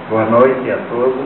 Boa noite a todos.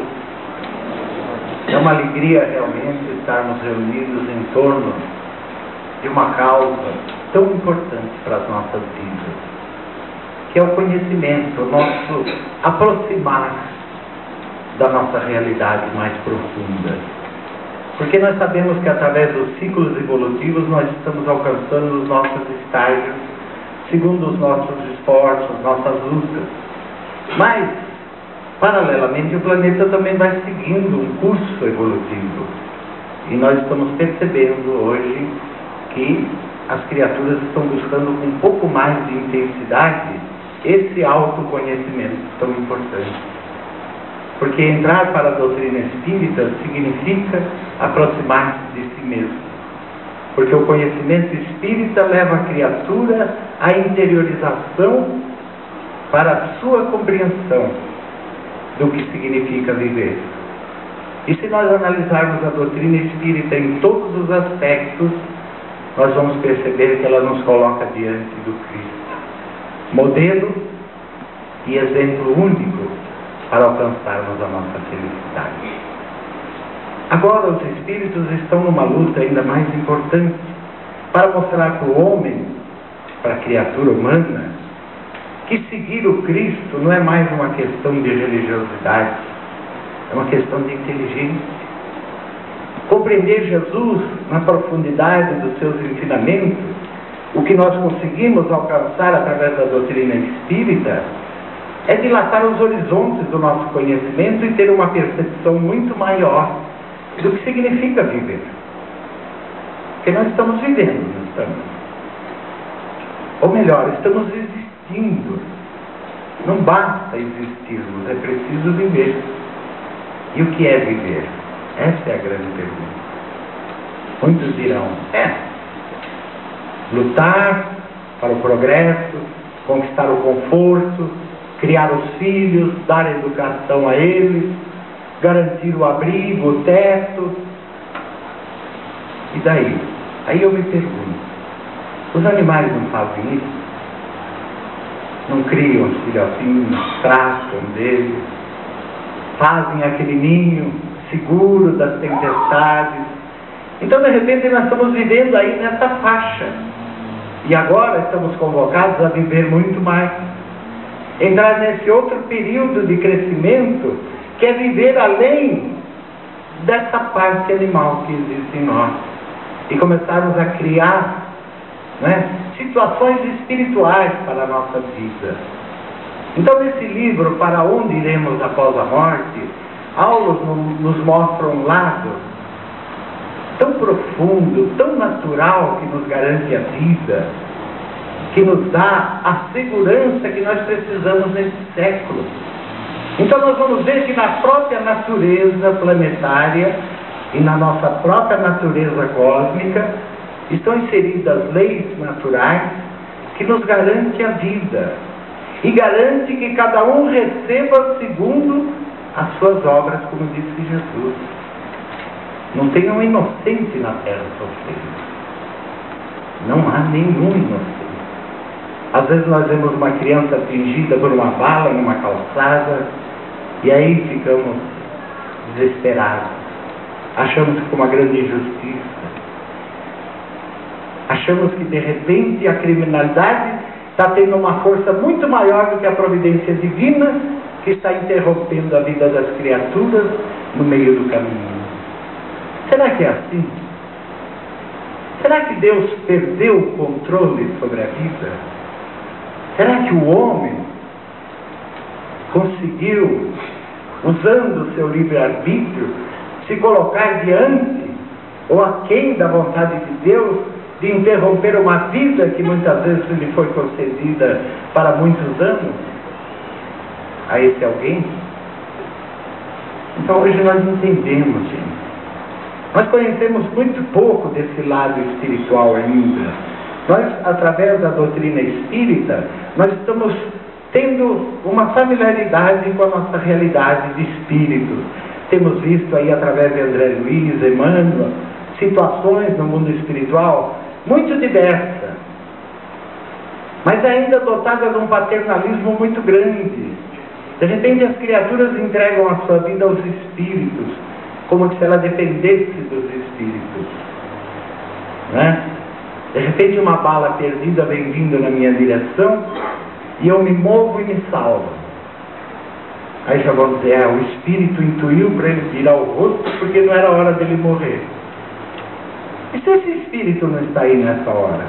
É uma alegria realmente estarmos reunidos em torno de uma causa tão importante para as nossas vidas, que é o conhecimento, o nosso aproximar da nossa realidade mais profunda. Porque nós sabemos que através dos ciclos evolutivos nós estamos alcançando os nossos estágios, segundo os nossos esforços, nossas lutas. Mas, paralelamente, o planeta também vai seguindo um curso evolutivo. E nós estamos percebendo hoje que as criaturas estão buscando com um pouco mais de intensidade esse autoconhecimento tão importante. Porque entrar para a doutrina espírita significa aproximar-se de si mesmo. Porque o conhecimento espírita leva a criatura à interiorização para a sua compreensão do que significa viver. E se nós analisarmos a doutrina espírita em todos os aspectos, nós vamos perceber que ela nos coloca diante do Cristo, modelo e exemplo único para alcançarmos a nossa felicidade. Agora os espíritos estão numa luta ainda mais importante para mostrar para o homem, para a criatura humana, que seguir o Cristo não é mais uma questão de religiosidade, é uma questão de inteligência. Compreender Jesus na profundidade dos seus ensinamentos, o que nós conseguimos alcançar através da doutrina espírita, é dilatar os horizontes do nosso conhecimento e ter uma percepção muito maior do que significa viver. Porque nós estamos vivendo, não estamos? Ou melhor, estamos existindo. Não basta existirmos, é preciso viver. E o que é viver? Essa é a grande pergunta. Muitos dirão, lutar para o progresso, conquistar o conforto, criar os filhos, dar educação a eles, garantir o abrigo, o teto. E daí? Aí eu me pergunto, os animais não fazem isso? Não criam os filhotinhos, tratam deles, fazem aquele ninho seguro das tempestades. Então, de repente, nós estamos vivendo aí nessa faixa. E agora estamos convocados a viver muito mais. Entrar nesse outro período de crescimento, que é viver além dessa parte animal que existe em nós. E começarmos a criar, situações espirituais para a nossa vida. Então, nesse livro, Para Onde Iremos Após a Morte, Aulos nos mostram um lado tão profundo, tão natural, que nos garante a vida, que nos dá a segurança que nós precisamos nesse século. Então nós vamos ver que na própria natureza planetária e na nossa própria natureza cósmica estão inseridas leis naturais que nos garantem a vida e garante que cada um receba segundo as suas obras, como disse Jesus. Não tem um inocente na terra sofrendo. Não há nenhum inocente. Às vezes nós vemos uma criança atingida por uma bala numa calçada e aí ficamos desesperados. Achamos que foi uma grande injustiça. Achamos que de repente a criminalidade está tendo uma força muito maior do que a providência divina, que está interrompendo a vida das criaturas no meio do caminho. Será que é assim? Será que Deus perdeu o controle sobre a vida? Será que o homem conseguiu, usando o seu livre-arbítrio, se colocar diante ou aquém da vontade de Deus de interromper uma vida que muitas vezes lhe foi concedida para muitos anos a esse alguém? Então hoje nós entendemos, gente. Nós conhecemos muito pouco desse lado espiritual ainda. Nós, através da doutrina espírita, nós estamos tendo uma familiaridade com a nossa realidade de espírito. Temos visto aí, através de André Luiz, Emmanuel, situações no mundo espiritual muito diversas, mas ainda dotadas de um paternalismo muito grande. De repente as criaturas entregam a sua vida aos espíritos, como se ela dependesse dos espíritos, né? De repente uma bala perdida vem vindo na minha direção e eu me movo e me salvo. Aí já vão dizer, o espírito intuiu para ele virar o rosto porque não era hora dele morrer. E se esse espírito não está aí nessa hora?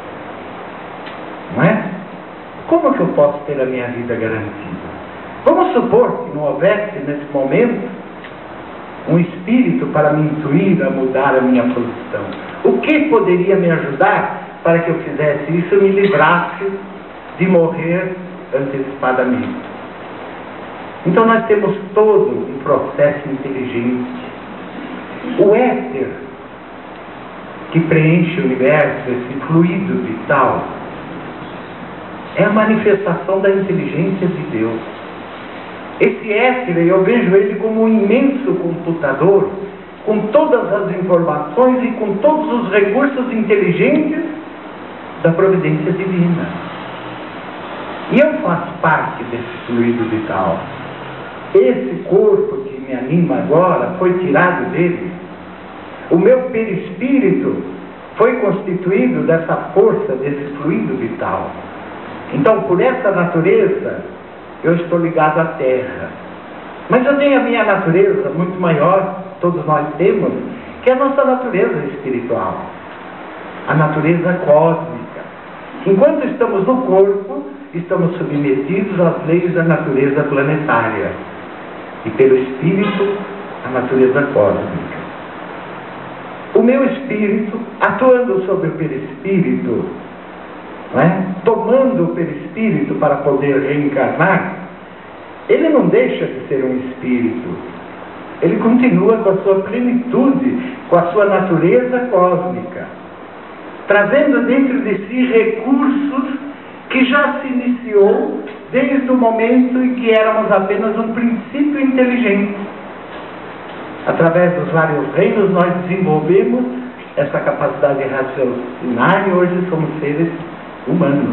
Não é? Como que eu posso ter a minha vida garantida? Vamos supor que não houvesse nesse momento um espírito para me intuir a mudar a minha posição. O que poderia me ajudar para que eu fizesse isso e me livrasse de morrer antecipadamente? Então nós temos todo um processo inteligente. O éter que preenche o universo, esse fluido vital, é a manifestação da inteligência de Deus. Esse éter, eu vejo ele como um imenso computador, com todas as informações e com todos os recursos inteligentes da providência divina. E eu faço parte desse fluido vital. Esse corpo que me anima agora foi tirado dele. O meu perispírito foi constituído dessa força, desse fluido vital. Então, por essa natureza, eu estou ligado à Terra. Mas eu tenho a minha natureza muito maior, todos nós temos, que é a nossa natureza espiritual. A natureza cósmica. Enquanto estamos no corpo, estamos submetidos às leis da natureza planetária. E pelo espírito, a natureza cósmica. O meu espírito, atuando sobre o perispírito, não é? Tomando o perispírito para poder reencarnar, ele não deixa de ser um espírito. Ele continua com a sua plenitude, com a sua natureza cósmica, trazendo dentro de si recursos que já se iniciou desde o momento em que éramos apenas um princípio inteligente. Através dos vários reinos nós desenvolvemos essa capacidade de raciocinar e hoje somos seres humanos.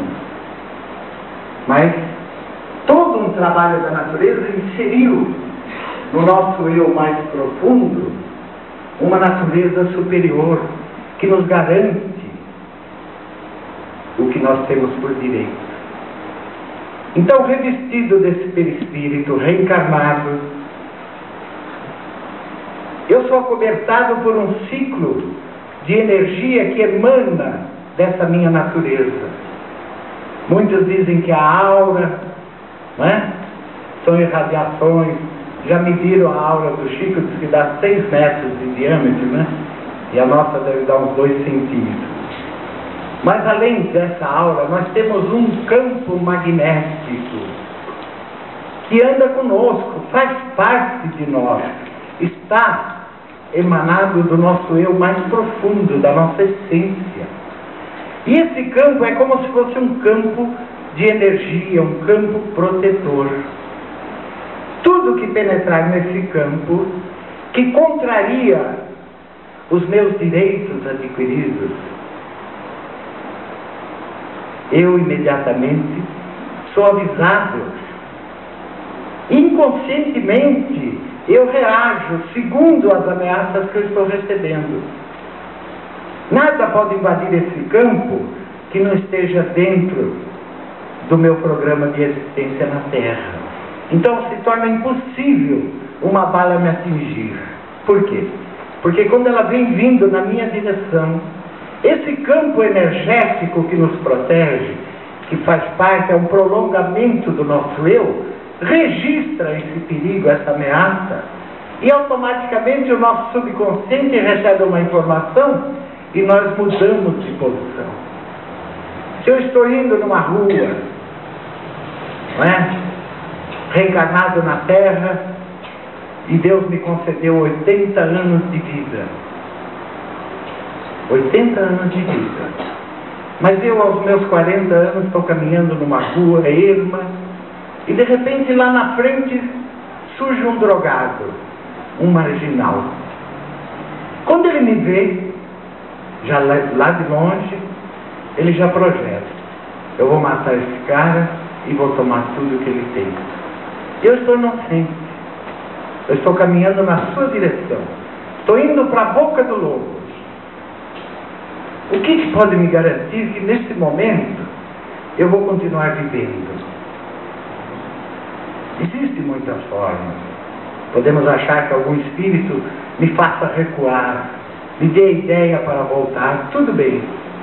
Mas todo um trabalho da natureza inseriu no nosso eu mais profundo uma natureza superior que nos garante o que nós temos por direito. Então, revestido desse perispírito reencarnado, eu sou acobertado por um ciclo de energia que emana dessa minha natureza. Muitos dizem que a aura, não é? São irradiações. Já mediram a aura do Chico, diz que dá 6 metros de diâmetro, né? E a nossa deve dar uns 2 centímetros. Mas além dessa aura, nós temos um campo magnético que anda conosco, faz parte de nós, está emanado do nosso eu mais profundo, da nossa essência. E esse campo é como se fosse um campo de energia, um campo protetor. Tudo que penetrar nesse campo, que contraria os meus direitos adquiridos, eu imediatamente sou avisado. Inconscientemente, eu reajo segundo as ameaças que eu estou recebendo. Nada pode invadir esse campo que não esteja dentro do meu programa de existência na Terra. Então se torna impossível uma bala me atingir. Por quê? Porque quando ela vem vindo na minha direção, esse campo energético que nos protege, que faz parte, é um prolongamento do nosso eu, registra esse perigo, essa ameaça, e automaticamente o nosso subconsciente recebe uma informação e nós mudamos de posição. Se eu estou indo numa rua, não é? Reencarnado na Terra, e Deus me concedeu 80 anos de vida. 80 anos de vida. Mas eu, aos meus 40 anos, estou caminhando numa rua erma, e de repente lá na frente surge um drogado, um marginal. Quando ele me vê, já lá de longe, ele já projeta: eu vou matar esse cara e vou tomar tudo que ele tem. Eu estou inocente. Eu estou caminhando na sua direção. Estou indo para a boca do lobo. O que pode me garantir que nesse momento eu vou continuar vivendo? Existem muitas formas. Podemos achar que algum espírito me faça recuar, me dê ideia para voltar, tudo bem.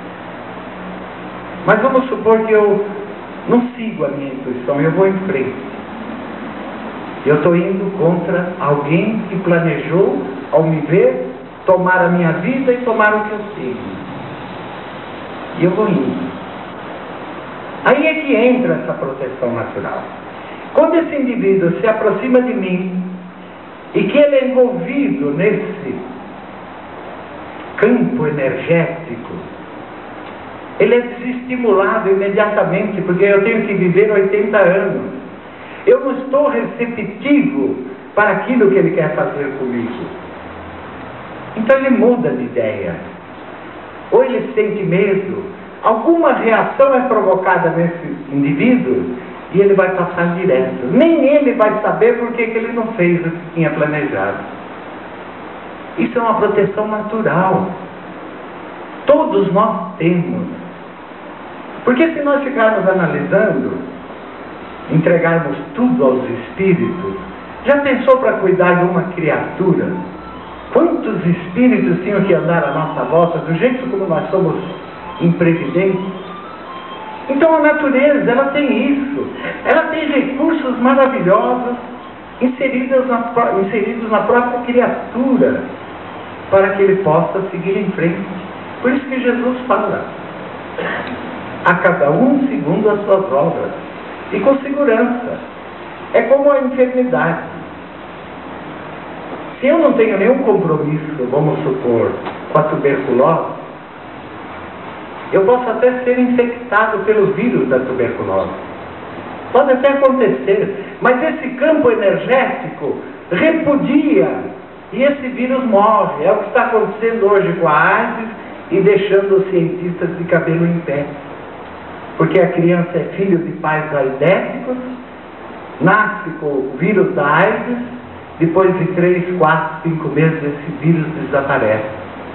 Mas vamos supor que eu não sigo a minha intuição, eu vou em frente. Eu estou indo contra alguém que planejou, ao me ver, tomar a minha vida e tomar o que eu sigo. E eu vou indo. Aí é que entra essa proteção natural. Quando esse indivíduo se aproxima de mim, e que ele é envolvido nesse campo energético, ele é desestimulado imediatamente, porque eu tenho que viver 80 anos. Eu não estou receptivo para aquilo que ele quer fazer comigo. Então ele muda de ideia. Ou ele sente medo, alguma reação é provocada nesse indivíduo, e ele vai passar direto. Nem ele vai saber por que ele não fez o que tinha planejado. Isso é uma proteção natural. Todos nós temos. Porque se nós ficarmos analisando, entregarmos tudo aos espíritos, já pensou para cuidar de uma criatura? Quantos espíritos tinham que andar à nossa volta, do jeito como nós somos imprevidentes? Então a natureza, ela tem isso. Ela tem recursos maravilhosos inseridos na própria criatura, para que ele possa seguir em frente. Por isso que Jesus fala: a cada um segundo as suas obras, e com segurança. É como a enfermidade. Se eu não tenho nenhum compromisso, vamos supor, com a tuberculose, eu posso até ser infectado pelo vírus da tuberculose. Pode até acontecer, mas esse campo energético repudia e esse vírus morre. É o que está acontecendo hoje com a AIDS e deixando os cientistas de cabelo em pé. Porque a criança é filho de pais aidéticos, nasce com o vírus da AIDS, depois de 3, 4, 5 meses esse vírus desaparece.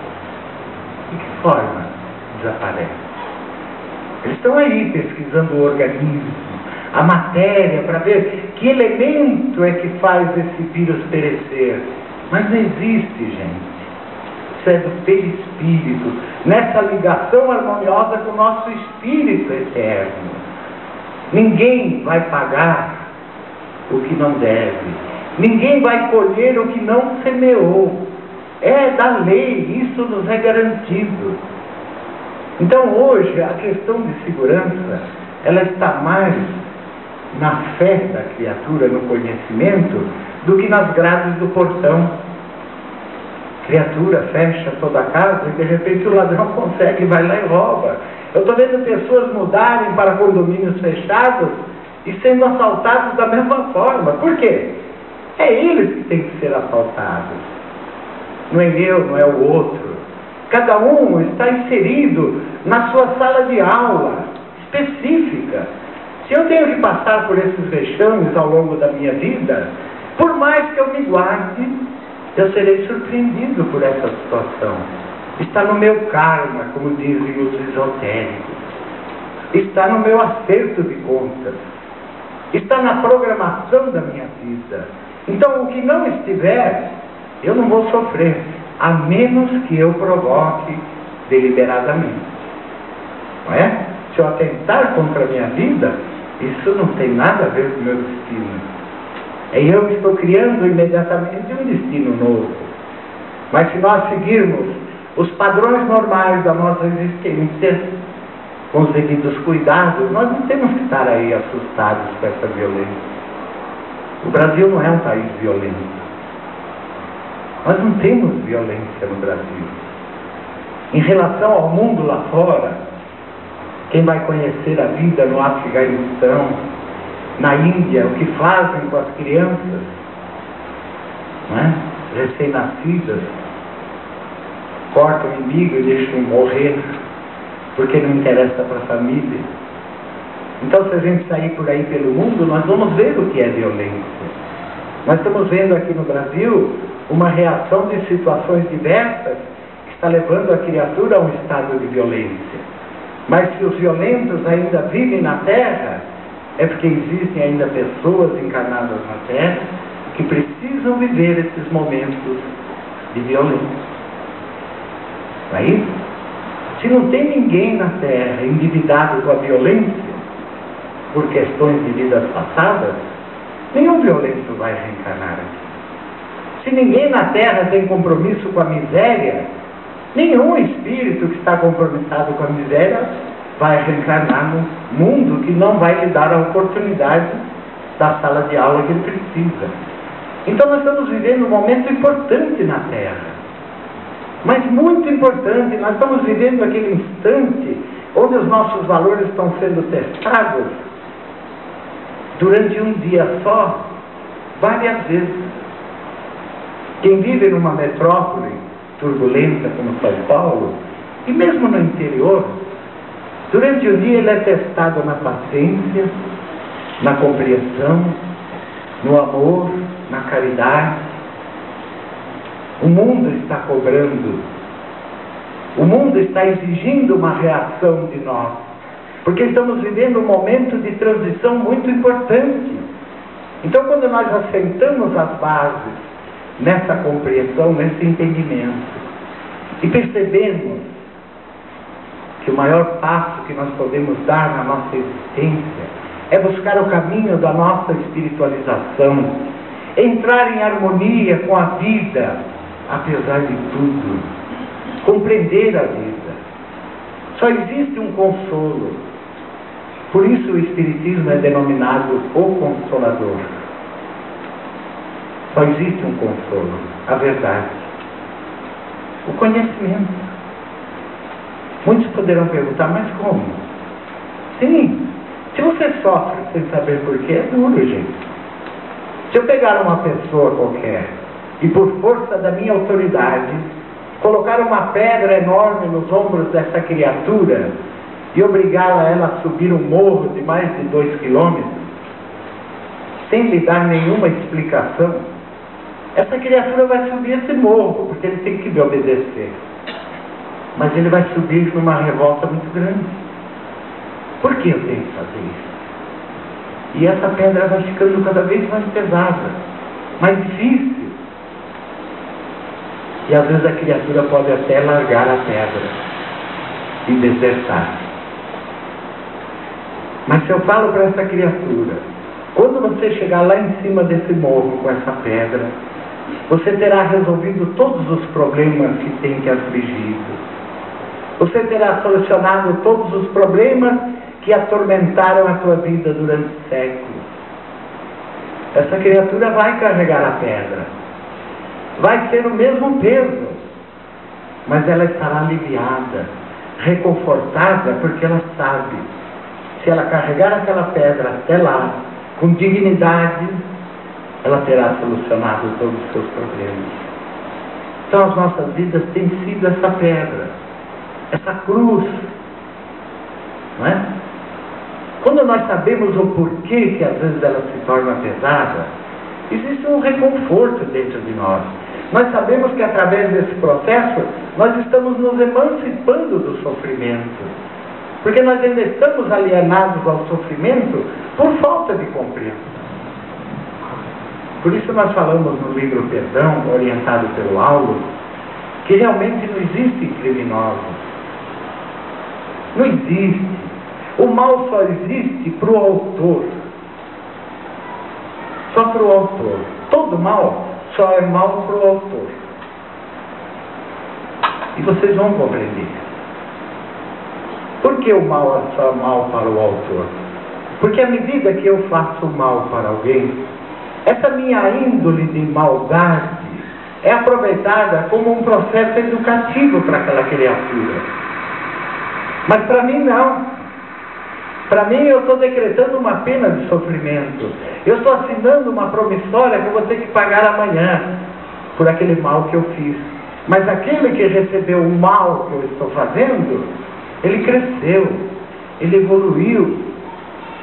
De que forma desaparece? Eles estão aí pesquisando o organismo, a matéria, para ver que elemento é que faz esse vírus perecer. Mas não existe, gente. Isso é do perispírito, nessa ligação harmoniosa com o nosso espírito eterno. Ninguém vai pagar o que não deve. Ninguém vai colher o que não semeou. É da lei, isso nos é garantido. Então hoje a questão de segurança, ela está mais na fé da criatura, no conhecimento, do que nas grades do portão. A criatura fecha toda a casa e de repente o ladrão consegue, vai lá e rouba. Eu estou vendo pessoas mudarem para condomínios fechados e sendo assaltados da mesma forma. Por quê? É eles que têm que ser assaltados. Não é eu, não é o outro. Cada um está inserido na sua sala de aula específica. Se eu tenho que passar por esses vexames ao longo da minha vida, por mais que eu me guarde, eu serei surpreendido por essa situação. Está no meu karma, como dizem os esotéricos. Está no meu acerto de contas. Está na programação da minha vida. Então, o que não estiver, eu não vou sofrer, a menos que eu provoque deliberadamente. Não é? Se eu atentar contra a minha vida, isso não tem nada a ver com o meu destino. É eu que estou criando imediatamente um destino novo. Mas se nós seguirmos os padrões normais da nossa existência, com os devidos cuidados, nós não temos que estar aí assustados com essa violência. O Brasil não é um país violento. Nós não temos violência no Brasil. Em relação ao mundo lá fora, quem vai conhecer a vida no Afeganistão, na Índia, o que fazem com as crianças, não é? Recém-nascidas, cortam o umbigo e deixam morrer, porque não interessa para a família. Então, se a gente sair por aí pelo mundo, nós vamos ver o que é violência. Nós estamos vendo aqui no Brasil uma reação de situações diversas que está levando a criatura a um estado de violência. Mas se os violentos ainda vivem na Terra, é porque existem ainda pessoas encarnadas na Terra que precisam viver esses momentos de violência. Aí, se não tem ninguém na Terra endividado com a violência, por questões de vidas passadas, nenhum violento vai reencarnar aqui. Se ninguém na Terra tem compromisso com a miséria, nenhum espírito que está compromissado com a miséria vai reencarnar no mundo que não vai lhe dar a oportunidade da sala de aula que ele precisa. Então nós estamos vivendo um momento importante na Terra, mas muito importante. Nós estamos vivendo aquele instante onde os nossos valores estão sendo testados durante um dia só, várias vezes. Quem vive numa metrópole turbulenta como São Paulo, e mesmo no interior, durante o dia ele é testado na paciência, na compreensão, no amor, na caridade. O mundo está cobrando, o mundo está exigindo uma reação de nós, porque estamos vivendo um momento de transição muito importante. Então, quando nós assentamos as bases nessa compreensão, nesse entendimento, e percebemos que o maior passo que nós podemos dar na nossa existência é buscar o caminho da nossa espiritualização, entrar em harmonia com a vida, apesar de tudo, compreender a vida. Só existe um consolo. Por isso o Espiritismo é denominado o Consolador. Só existe um consolo, a verdade, o conhecimento. Muitos poderão perguntar, mas como? Sim, se você sofre sem saber porquê, é duro, gente. Se eu pegar uma pessoa qualquer e por força da minha autoridade colocar uma pedra enorme nos ombros dessa criatura e obrigá-la ela a subir um morro de mais de 2 quilômetros, sem lhe dar nenhuma explicação, essa criatura vai subir esse morro, porque ele tem que me obedecer. Mas ele vai subir numa revolta muito grande. Por que eu tenho que fazer isso? E essa pedra vai ficando cada vez mais pesada, mais difícil. E às vezes a criatura pode até largar a pedra e desertar. Mas se eu falo para essa criatura, quando você chegar lá em cima desse morro com essa pedra, você terá resolvido todos os problemas que tem que afligido. Você terá solucionado todos os problemas que atormentaram a tua vida durante séculos. Essa criatura vai carregar a pedra. Vai ser o mesmo peso, mas ela estará aliviada, reconfortada, porque ela sabe, se ela carregar aquela pedra até lá, com dignidade, ela terá solucionado todos os seus problemas. Então as nossas vidas têm sido essa pedra, essa cruz, não é? Quando nós sabemos o porquê que às vezes ela se torna pesada, existe um reconforto dentro de nós. Nós sabemos que através desse processo nós estamos nos emancipando do sofrimento, porque nós ainda estamos alienados ao sofrimento por falta de compreensão. Por isso nós falamos no livro Perdão, orientado pelo Aulo, que realmente não existem criminosos. Não existe. O mal só existe para o autor. Só para o autor. Todo mal só é mal para o autor. E vocês vão compreender. Por que o mal é só mal para o autor? Porque à medida que eu faço mal para alguém, essa minha índole de maldade é aproveitada como um processo educativo para aquela criatura. Mas para mim não. Para mim eu estou decretando uma pena de sofrimento. Eu estou assinando uma promissória que eu vou ter que pagar amanhã por aquele mal que eu fiz. Mas aquele que recebeu o mal que eu estou fazendo, ele cresceu, ele evoluiu,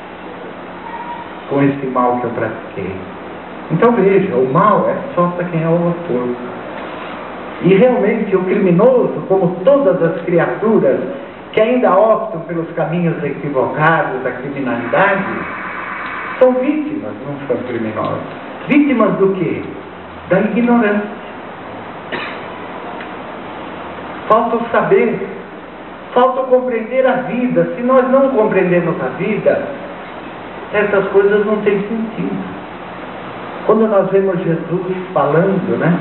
com esse mal que eu pratiquei. Então veja, o mal é só para quem é o autor. E realmente o criminoso, como todas as criaturas que ainda optam pelos caminhos equivocados da criminalidade, são vítimas, não são criminosos. Vítimas do quê? Da ignorância. Falta o saber, falta o compreender a vida. Se nós não compreendemos a vida, essas coisas não têm sentido. Quando nós vemos Jesus falando, né?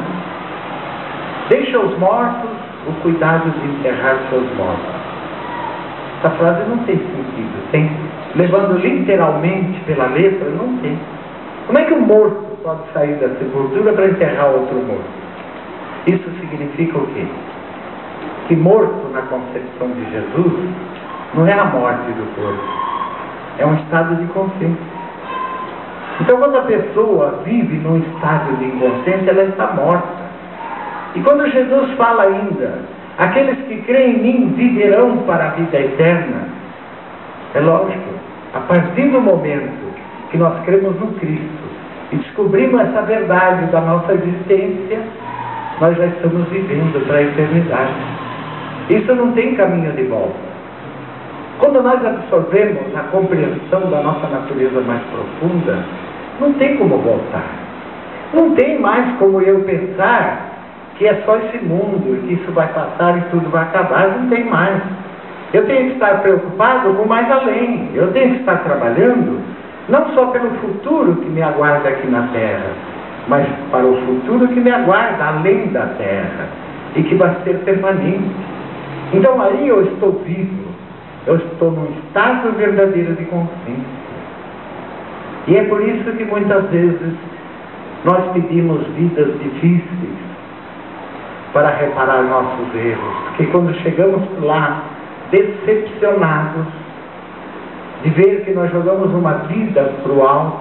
Deixa os mortos o cuidado de enterrar seus mortos. Essa frase não tem sentido. Tem, levando literalmente pela letra, não tem. Como é que um morto pode sair da sepultura para enterrar outro morto? Isso significa o quê? Que morto, na concepção de Jesus, não é a morte do corpo, é um estado de consciência. Então, quando a pessoa vive num estado de inconsciência, ela está morta. E quando Jesus fala ainda, aqueles que creem em mim viverão para a vida eterna, é lógico, a partir do momento que nós cremos no Cristo e descobrimos essa verdade da nossa existência, nós já estamos vivendo para a eternidade. Isso não tem caminho de volta. Quando nós absorvemos a compreensão da nossa natureza mais profunda, não tem como voltar. Não tem mais como eu pensar que é só esse mundo, e que isso vai passar e tudo vai acabar. Não tem mais. Eu tenho que estar preocupado com mais além. Eu tenho que estar trabalhando não só pelo futuro que me aguarda aqui na Terra, mas para o futuro que me aguarda além da Terra e que vai ser permanente. Então aí eu estou vivo, eu estou num estado verdadeiro de consciência. E é por isso que muitas vezes nós pedimos vidas difíceis para reparar nossos erros, porque quando chegamos lá decepcionados de ver que nós jogamos uma vida para o alto,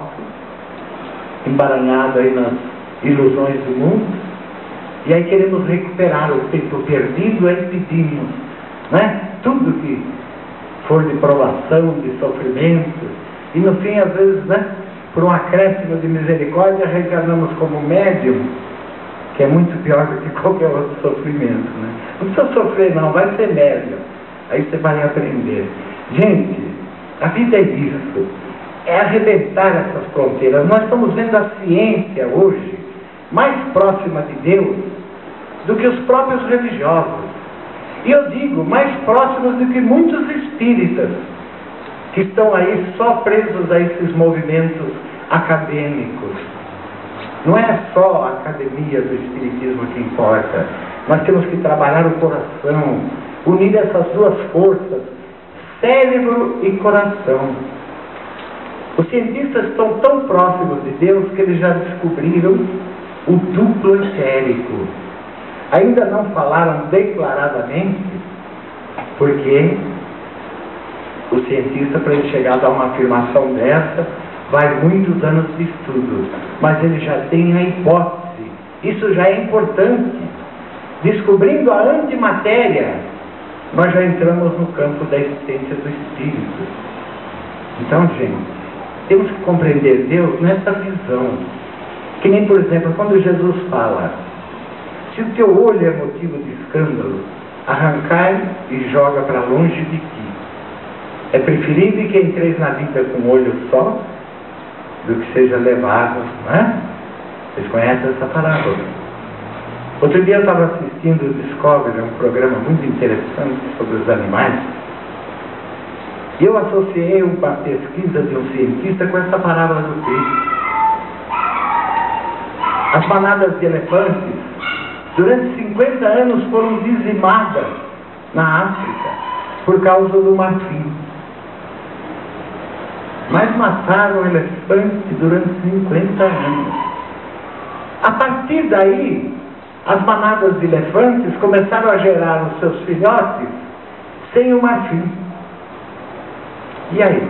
embaranhado aí nas ilusões do mundo, e aí queremos recuperar o tempo perdido, aí pedimos, né? Tudo que for de provação, de sofrimento, e no fim, às vezes, né, por um acréscimo de misericórdia, reencarnamos como médium, que é muito pior do que qualquer outro sofrimento, né? Não precisa sofrer não, vai ser médium, aí você vai aprender. Gente, a vida é isso, é arrebentar essas fronteiras. Nós estamos vendo a ciência hoje mais próxima de Deus do que os próprios religiosos. E eu digo, mais próximos do que muitos espíritas que estão aí só presos a esses movimentos acadêmicos. Não é só a academia do espiritismo que importa. Nós temos que trabalhar o coração, unir essas duas forças, cérebro e coração. Os cientistas estão tão próximos de Deus que eles já descobriram o duplo etérico. Ainda não falaram declaradamente, porque o cientista, para ele chegar a dar uma afirmação dessa, vai muitos anos de estudo, mas ele já tem a hipótese. Isso já é importante. Descobrindo a antimatéria, nós já entramos no campo da existência do Espírito. Então, gente, temos que compreender Deus nessa visão. Que nem, por exemplo, quando Jesus fala: se o teu olho é motivo de escândalo, arrancai e joga para longe de ti. É preferível que entreis na vida com um olho só, do que seja levado, não é? Vocês conhecem essa parábola? Outro dia eu estava assistindo o Discovery, um programa muito interessante sobre os animais, e eu associei uma pesquisa de um cientista com essa parábola do Cristo. As manadas de elefantes, durante 50 anos, foram dizimadas na África por causa do marfim. Mas mataram o elefante durante 50 anos. A partir daí, as manadas de elefantes começaram a gerar os seus filhotes sem o marfim. E aí?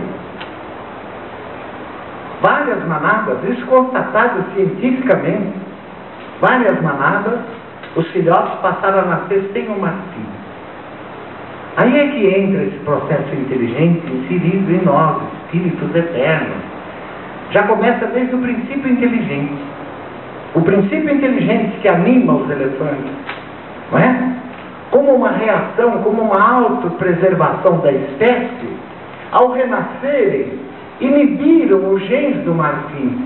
Várias manadas, isso constatado cientificamente, várias manadas, os filhotes passaram a nascer sem o marfim. Aí é que entra esse processo inteligente inserido em nós, espíritos eternos. Já começa desde o princípio inteligente. O princípio inteligente que anima os elefantes, não é? Como uma reação, como uma autopreservação da espécie, ao renascerem, inibiram os genes do marfim.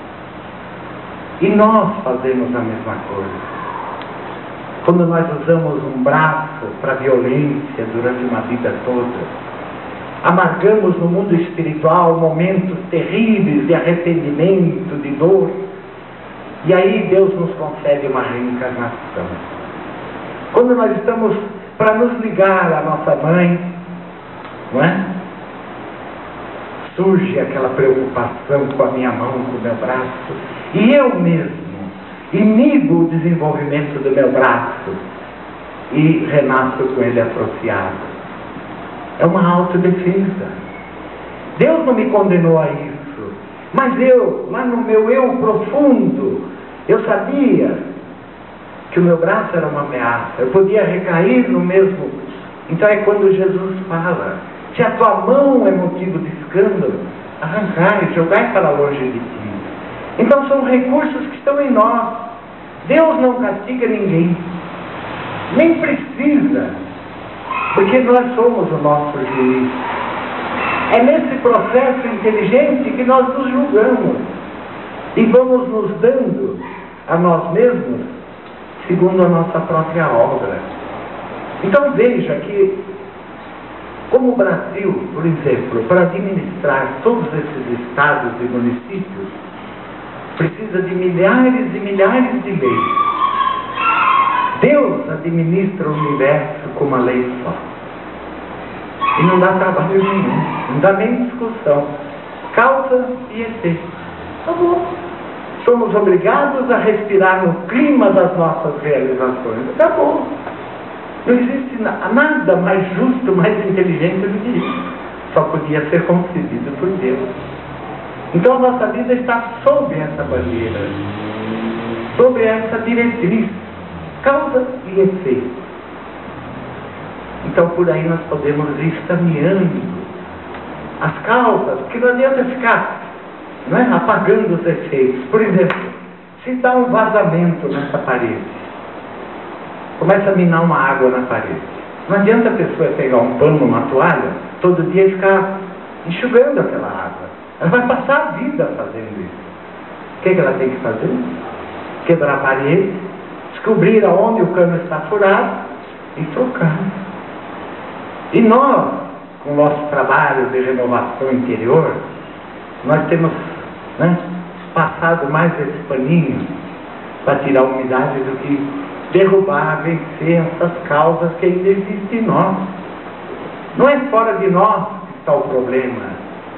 E nós fazemos a mesma coisa. Quando nós usamos um braço para violência durante uma vida toda, amargamos no mundo espiritual momentos terríveis de arrependimento, de dor, e aí Deus nos concede uma reencarnação. Quando nós estamos para nos ligar à nossa mãe, não é? Surge aquela preocupação com a minha mão, com o meu braço, e eu mesmo inibo o desenvolvimento do meu braço e renasço com ele atrofiado. É uma autodefesa. Deus não me condenou a isso, mas eu, lá no meu eu profundo, eu sabia que o meu braço era uma ameaça, eu podia recair no mesmo. Então é quando Jesus fala: se a tua mão é motivo de escândalo, arrancai, jogai para longe de ti. Então são recursos que estão em nós. Deus não castiga ninguém, nem precisa, porque nós somos o nosso juiz. É nesse processo inteligente que nós nos julgamos e vamos nos dando a nós mesmos segundo a nossa própria obra. Então veja que, como o Brasil, por exemplo, para administrar todos esses estados e municípios, precisa de milhares e milhares de leis. Deus administra o universo com uma lei só. E não dá trabalho nenhum, não dá nem discussão. Causa e efeito. Acabou. Somos obrigados a respirar no clima das nossas realizações. Acabou. Não existe nada mais justo, mais inteligente do que isso. Só podia ser concebido por Deus. Então a nossa vida está sob essa bandeira, sob essa diretriz, causa e efeito. Então por aí nós podemos ir escaneando as causas, porque não adianta ficar, não é, apagando os efeitos. Por exemplo, se dá um vazamento nessa parede, começa a minar uma água na parede, não adianta a pessoa pegar um pano, uma toalha, todo dia e ficar enxugando aquela água. Ela vai passar a vida fazendo isso. O que ela tem que fazer? Quebrar a parede, descobrir aonde o cano está furado e trocar. E nós, com o nosso trabalho de renovação interior, nós temos, né, passado mais esse paninho para tirar a umidade do que derrubar, vencer essas causas que ainda existem em nós. Não é fora de nós que está o problema.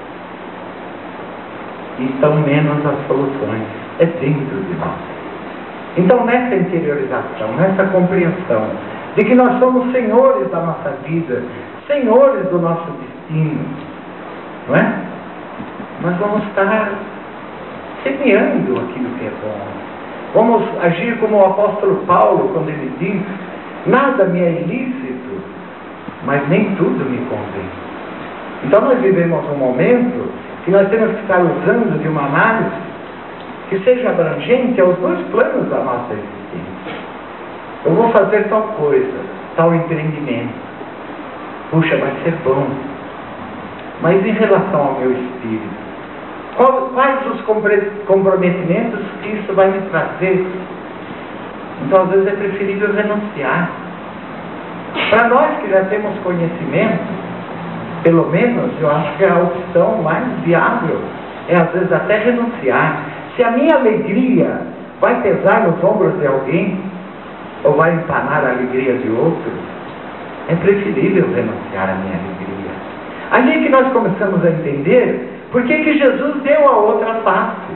E estão menos as soluções. É dentro de nós. Então nessa interiorização, nessa compreensão de que nós somos senhores da nossa vida, senhores do nosso destino, não é? Nós vamos estar semeando aquilo que é bom. Vamos agir como o apóstolo Paulo, quando ele diz: nada me é ilícito, mas nem tudo me convém. Então nós vivemos um momento que nós temos que estar usando de uma análise que seja abrangente aos dois planos da nossa existência. Eu vou fazer tal coisa, tal empreendimento. Puxa, vai ser bom. Mas em relação ao meu espírito, quais os comprometimentos que isso vai me trazer? Então às vezes é preferível renunciar. Para nós que já temos conhecimento, pelo menos, eu acho que a opção mais viável é, às vezes, até renunciar. Se a minha alegria vai pesar nos ombros de alguém, ou vai empanar a alegria de outro, é preferível renunciar à minha alegria. Ali é que nós começamos a entender por que Jesus deu a outra face.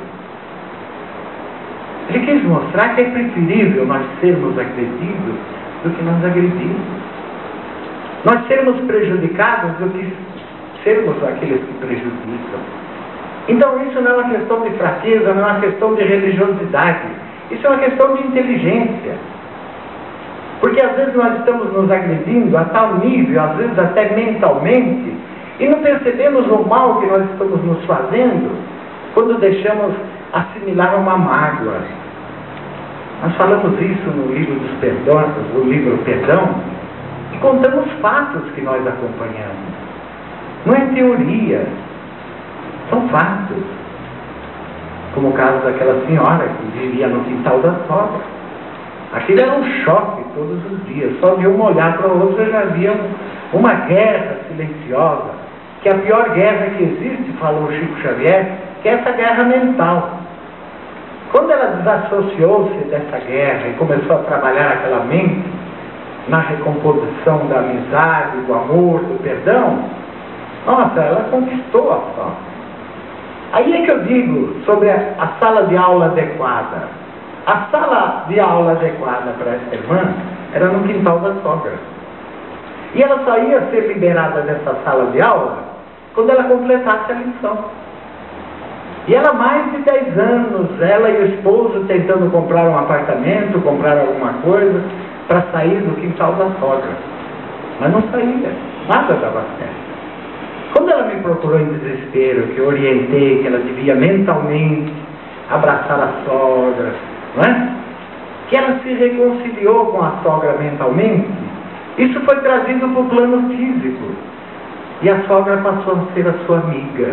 Ele quis mostrar que é preferível nós sermos agredidos do que nós agredirmos. Nós sermos prejudicados do que sermos aqueles que prejudicam. Então isso não é uma questão de fraqueza, não é uma questão de religiosidade. Isso é uma questão de inteligência. Porque às vezes nós estamos nos agredindo a tal nível, às vezes até mentalmente, e não percebemos o mal que nós estamos nos fazendo quando deixamos assimilar uma mágoa. Nós falamos isso no livro dos Perdões, o livro Perdão, e contamos fatos que nós acompanhamos. Não é teoria, são fatos. Como o caso daquela senhora que vivia no quintal da sogra. Aquilo era um choque todos os dias. Só de um olhar para o outro já havia uma guerra silenciosa, que é a pior guerra que existe, falou o Chico Xavier, que é essa guerra mental. Quando ela desassociou-se dessa guerra e começou a trabalhar aquela mente na recomposição da amizade, do amor, do perdão, nossa, ela conquistou a sogra. Aí é que eu digo sobre a sala de aula adequada. A sala de aula adequada para essa irmã era no quintal da sogra. E ela só ia ser liberada dessa sala de aula quando ela completasse a lição. E ela, mais de 10 anos, ela e o esposo tentando comprar um apartamento, comprar alguma coisa, para sair do quintal da sogra. Mas não saía, nada dava certo. Quando ela me procurou em desespero, que eu orientei que ela devia mentalmente abraçar a sogra, não é? Que ela se reconciliou com a sogra mentalmente, isso foi trazido para o plano físico. E a sogra passou a ser a sua amiga.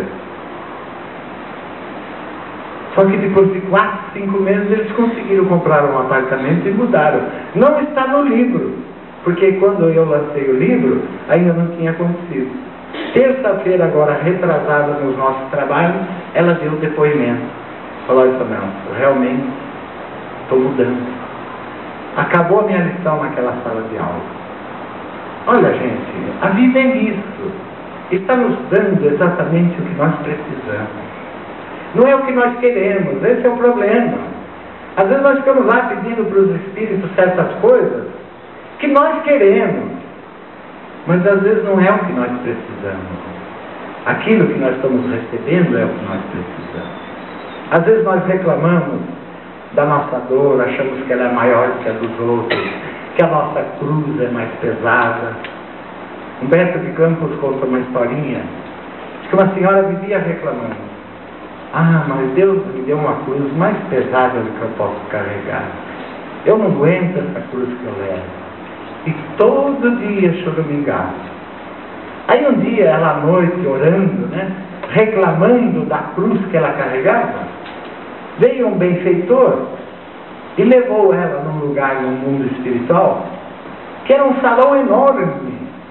Só que depois de 4, 5 meses eles conseguiram comprar um apartamento e mudaram. Não está no livro, porque quando eu lancei o livro, ainda não tinha acontecido. Terça-feira, agora retrasada nos nossos trabalhos, ela deu o depoimento. Falou: isso não, realmente estou mudando. Acabou a minha lição naquela sala de aula. Olha, gente, a vida é isso. Está nos dando exatamente o que nós precisamos. Não é o que nós queremos, esse é o problema. Às vezes nós ficamos lá pedindo para os espíritos certas coisas que nós queremos, mas às vezes não é o que nós precisamos. Aquilo que nós estamos recebendo é o que nós precisamos. Às vezes nós reclamamos da nossa dor, achamos que ela é maior que a dos outros, que a nossa cruz é mais pesada. Humberto de Campos conta uma historinha de que uma senhora vivia reclamando: ah, mas Deus me deu uma cruz mais pesada do que eu posso carregar. Eu não aguento essa cruz que eu levo. E todo dia choramingava. Aí um dia, ela à noite, orando, né, reclamando da cruz que ela carregava, veio um benfeitor e levou ela num lugar no mundo espiritual, que era um salão enorme,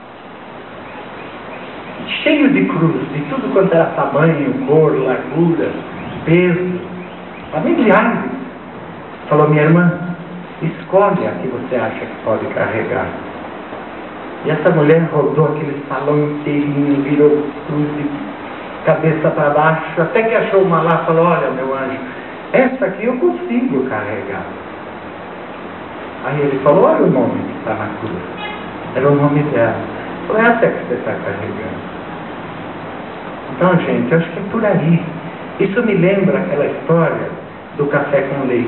cheio de cruz, de tudo quanto era tamanho, cor, largura, peso, a milhares. Falou: minha irmã, escolhe a que você acha que pode carregar. E essa mulher rodou aquele salão inteirinho, virou cruz de cabeça para baixo, até que achou uma lá e falou: olha, meu anjo, essa aqui eu consigo carregar. Aí ele falou: olha o nome que está na cruz. Era o nome dela. Falou: essa é que você está carregando. Então, gente, eu acho que é por aí. Isso me lembra aquela história do café com leite.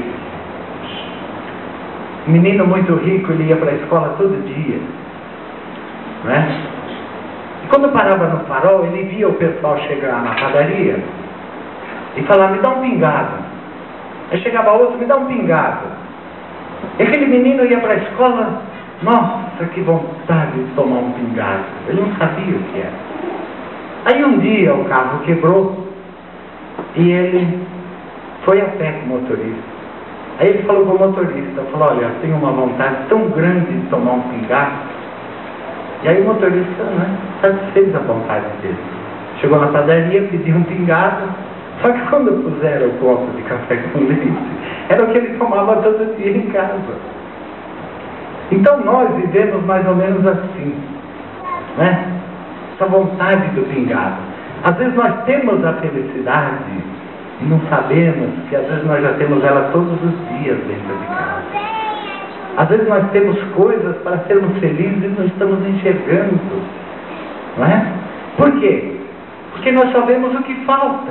Um menino muito rico, ele ia para a escola todo dia, não é? E quando parava no farol, ele via o pessoal chegar na padaria e falar: me dá um pingado. Aí chegava outro: me dá um pingado. E aquele menino ia para a escola: nossa, que vontade de tomar um pingado. Ele não sabia o que era. Aí um dia o carro quebrou e ele foi a pé com o motorista. Aí ele falou para o motorista, falou: olha, eu tenho uma vontade tão grande de tomar um pingado. E aí o motorista, né, satisfez a vontade dele. Chegou na padaria, pediu um pingado. Só que quando puseram o copo de café com leite, era o que ele tomava todo dia em casa. Então nós vivemos mais ou menos assim, né? Essa vontade do pingado. Às vezes nós temos a felicidade e não sabemos que às vezes nós já temos ela todos os dias dentro de casa. Às vezes nós temos coisas para sermos felizes e não estamos enxergando, não é? Por quê? Porque nós sabemos o que falta.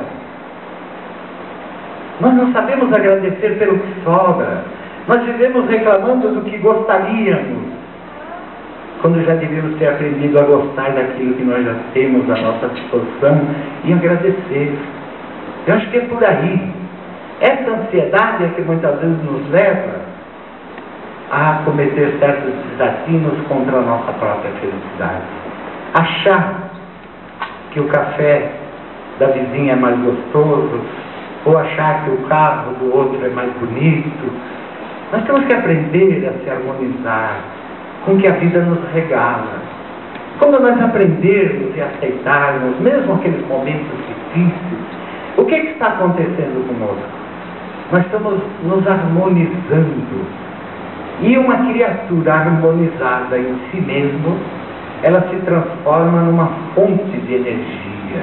Nós não sabemos agradecer pelo que sobra. Nós vivemos reclamando do que gostaríamos, quando já devíamos ter aprendido a gostar daquilo que nós já temos à nossa disposição e agradecer. Eu acho que é por aí. Essa ansiedade é que muitas vezes nos leva a cometer certos desatinos contra a nossa própria felicidade. Achar que o café da vizinha é mais gostoso, ou achar que o carro do outro é mais bonito. Nós temos que aprender a se harmonizar com o que a vida nos regala. Quando nós aprendermos e aceitarmos, mesmo aqueles momentos difíceis, o que está acontecendo conosco? Nós estamos nos harmonizando. E uma criatura harmonizada em si mesmo, ela se transforma numa fonte de energia.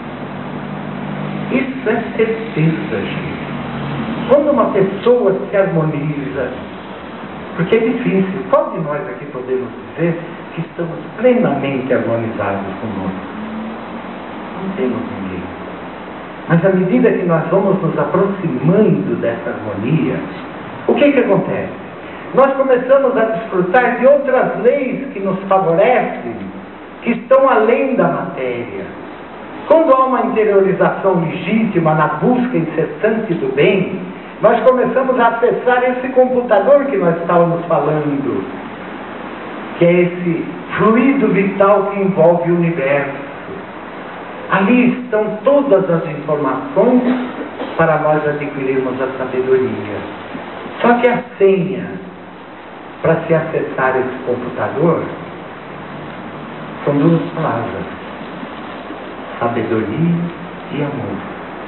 Isso é certeza, gente. Quando uma pessoa se harmoniza, porque é difícil, qual de nós aqui podemos dizer que estamos plenamente harmonizados conosco? Não temos ninguém. Mas à medida que nós vamos nos aproximando dessa harmonia, o que acontece? Nós começamos a desfrutar de outras leis que nos favorecem, que estão além da matéria. Quando há uma interiorização legítima na busca incessante do bem, nós começamos a acessar esse computador que nós estávamos falando, que é esse fluido vital que envolve o universo. Ali estão todas as informações para nós adquirirmos a sabedoria. Só que a senha para se acessar esse computador são duas palavras: sabedoria e amor.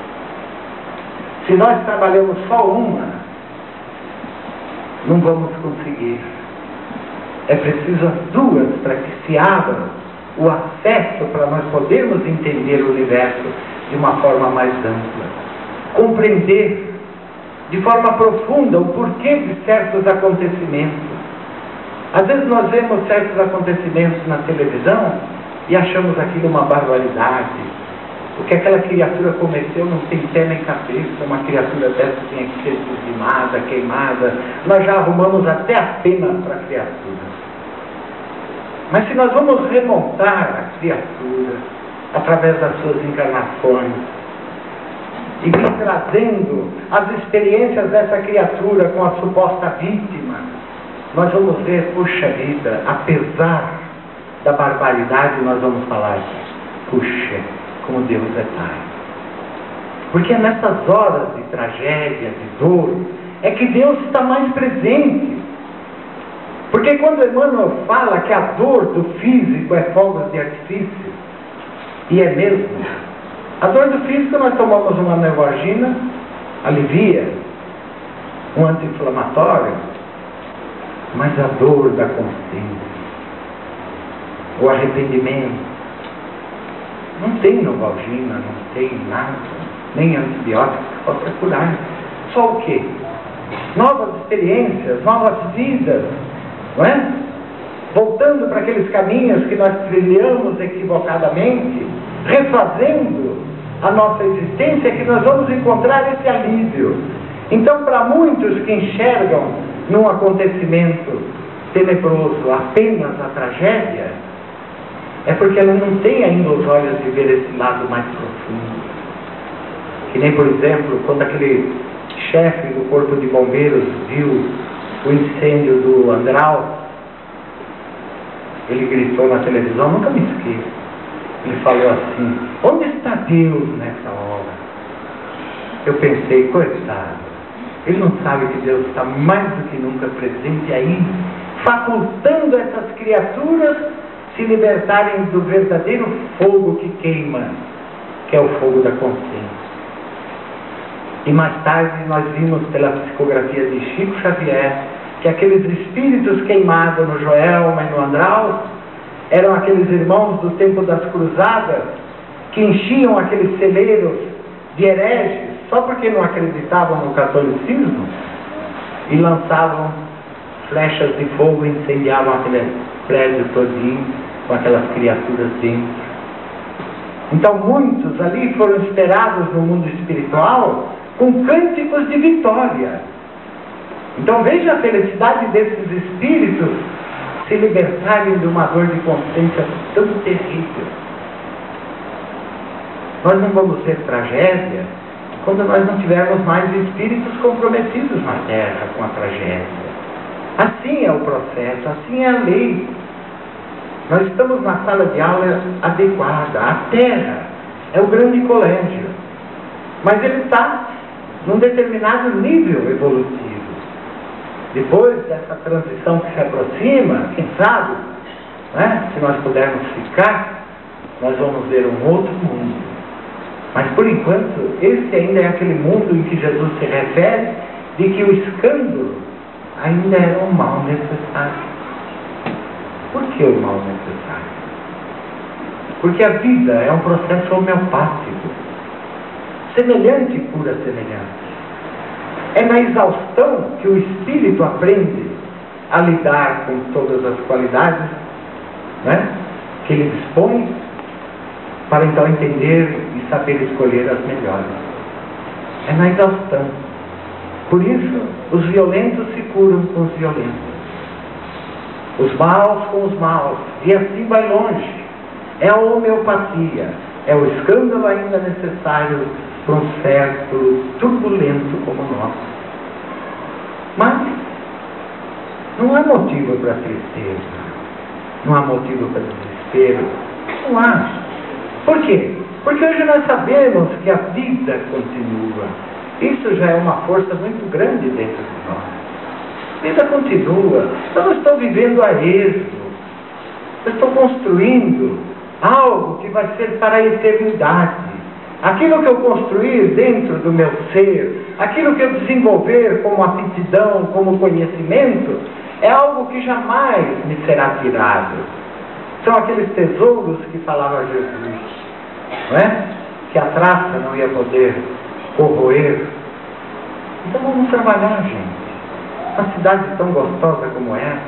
Se nós trabalhamos só uma, não vamos conseguir. É preciso as duas para que se abra o acesso para nós podermos entender o universo de uma forma mais ampla. Compreender de forma profunda o porquê de certos acontecimentos. Às vezes nós vemos certos acontecimentos na televisão e achamos aquilo uma barbaridade. O que aquela criatura cometeu não tem pé nem cabeça, uma criatura dessa tinha que ser dizimada, queimada. Nós já arrumamos até a pena para a criatura. Mas se nós vamos remontar a criatura através das suas encarnações e vir trazendo as experiências dessa criatura com a suposta vítima, nós vamos ver, puxa vida, apesar da barbaridade, nós vamos falar, puxa, como Deus é Pai. Porque é nessas horas de tragédia, de dor, é que Deus está mais presente. Porque quando Emmanuel fala que a dor do físico é fogos de artifício, e é mesmo, a dor do físico nós tomamos uma Neurogenin, alivia, um anti-inflamatório, mas a dor da consciência, o arrependimento, não tem Novalgina, não tem nada, nem antibióticos que possa curar. Só o quê? Novas experiências, novas vidas, não é? Voltando para aqueles caminhos que nós trilhamos equivocadamente, refazendo a nossa existência, que nós vamos encontrar esse alívio. Então, para muitos que enxergam num acontecimento tenebroso apenas a tragédia, é porque ela não tem ainda os olhos de ver esse lado mais profundo. Que nem, por exemplo, quando aquele chefe do corpo de bombeiros viu o incêndio do Andral, ele gritou na televisão, nunca me esqueço. Ele falou assim: onde está Deus nessa hora? Eu pensei, coitado, ele não sabe que Deus está mais do que nunca presente aí, facultando essas criaturas se libertarem do verdadeiro fogo que queima, que é o fogo da consciência. E mais tarde nós vimos pela psicografia de Chico Xavier que aqueles espíritos queimados no Joelma e no Andral eram aqueles irmãos do tempo das cruzadas que enchiam aqueles celeiros de hereges só porque não acreditavam no catolicismo e lançavam flechas de fogo e incendiavam aquele prédio todinho com aquelas criaturas dentro. Então muitos ali foram esperados no mundo espiritual com cânticos de vitória. Então veja a felicidade desses espíritos se libertarem de uma dor de consciência tão terrível. Nós não vamos ver tragédia quando nós não tivermos mais espíritos comprometidos na terra com a tragédia. Assim é o processo, assim é a lei. Nós estamos na sala de aula adequada. A terra é o grande colégio, mas ele está num determinado nível evolutivo. Depois dessa transição que se aproxima, quem sabe, né, se nós pudermos ficar, nós vamos ver um outro mundo. Mas por enquanto, esse ainda é aquele mundo em que Jesus se refere, de que o escândalo ainda era um mal necessário. Por que o mal necessário? Porque a vida é um processo homeopático, semelhante e cura semelhante. É na exaustão que o espírito aprende a lidar com todas as qualidades, né, que ele dispõe, para então entender e saber escolher as melhores. É na exaustão. Por isso, os violentos se curam com os violentos, os maus com os maus, e assim vai longe. É a homeopatia, é o escândalo ainda necessário para um século turbulento como o nosso. Mas não há motivo para tristeza, não há motivo para desespero, não há. Por quê? Porque hoje nós sabemos que a vida continua. Isso já é uma força muito grande dentro de nós. A vida continua. Eu não estou vivendo a esmo. Eu estou construindo algo que vai ser para a eternidade. Aquilo que eu construir dentro do meu ser, aquilo que eu desenvolver como aptidão, como conhecimento, é algo que jamais me será tirado. São aqueles tesouros que falava Jesus, não é? Que a traça não ia poder corroer. Então vamos trabalhar, gente. Uma cidade tão gostosa como essa,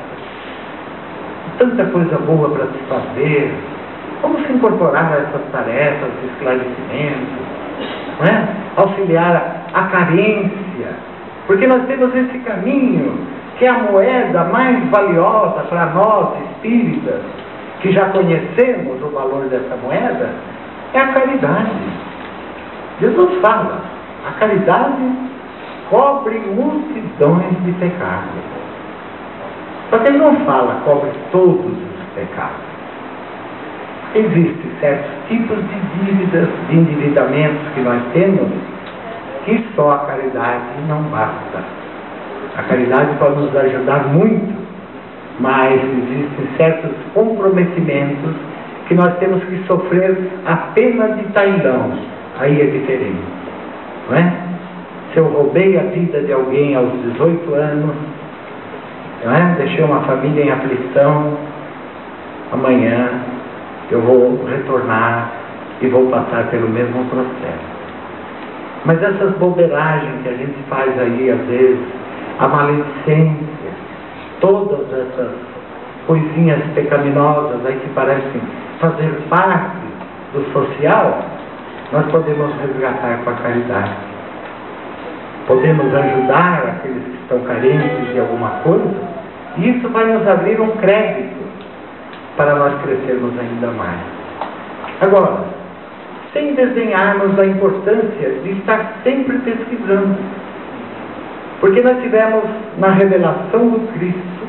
tanta coisa boa para se fazer. Vamos se incorporar a essas tarefas de esclarecimento, não é? Auxiliar a carência, porque nós temos esse caminho, que é a moeda mais valiosa para nós espíritas, que já conhecemos o valor dessa moeda, é a caridade. Jesus fala, a caridade cobre multidões de pecados. Só que ele não fala, cobre todos os pecados. Existem certos tipos de dívidas, de endividamentos que nós temos, que só a caridade não basta. A caridade pode nos ajudar muito, mas existem certos comprometimentos que nós temos que sofrer a pena de tailão. Aí é diferente, não é? Se eu roubei a vida de alguém aos 18 anos, não é? Deixei uma família em aflição, amanhã eu vou retornar e vou passar pelo mesmo processo. Mas essas bobeiragens que a gente faz aí, às vezes, a maledicência, todas essas coisinhas pecaminosas aí que parecem fazer parte do social, nós podemos resgatar com a caridade. Podemos ajudar aqueles que estão carentes de alguma coisa, e isso vai nos abrir um crédito para nós crescermos ainda mais. Agora, sem desenharmos a importância de estar sempre pesquisando, porque nós tivemos na revelação do Cristo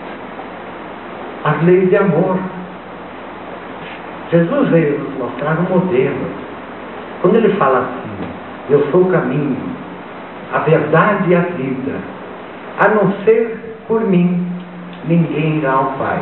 as leis de amor. Jesus veio nos mostrar um modelo. Quando ele fala assim, eu sou o caminho, a verdade e a vida, a não ser por mim, ninguém irá ao Pai.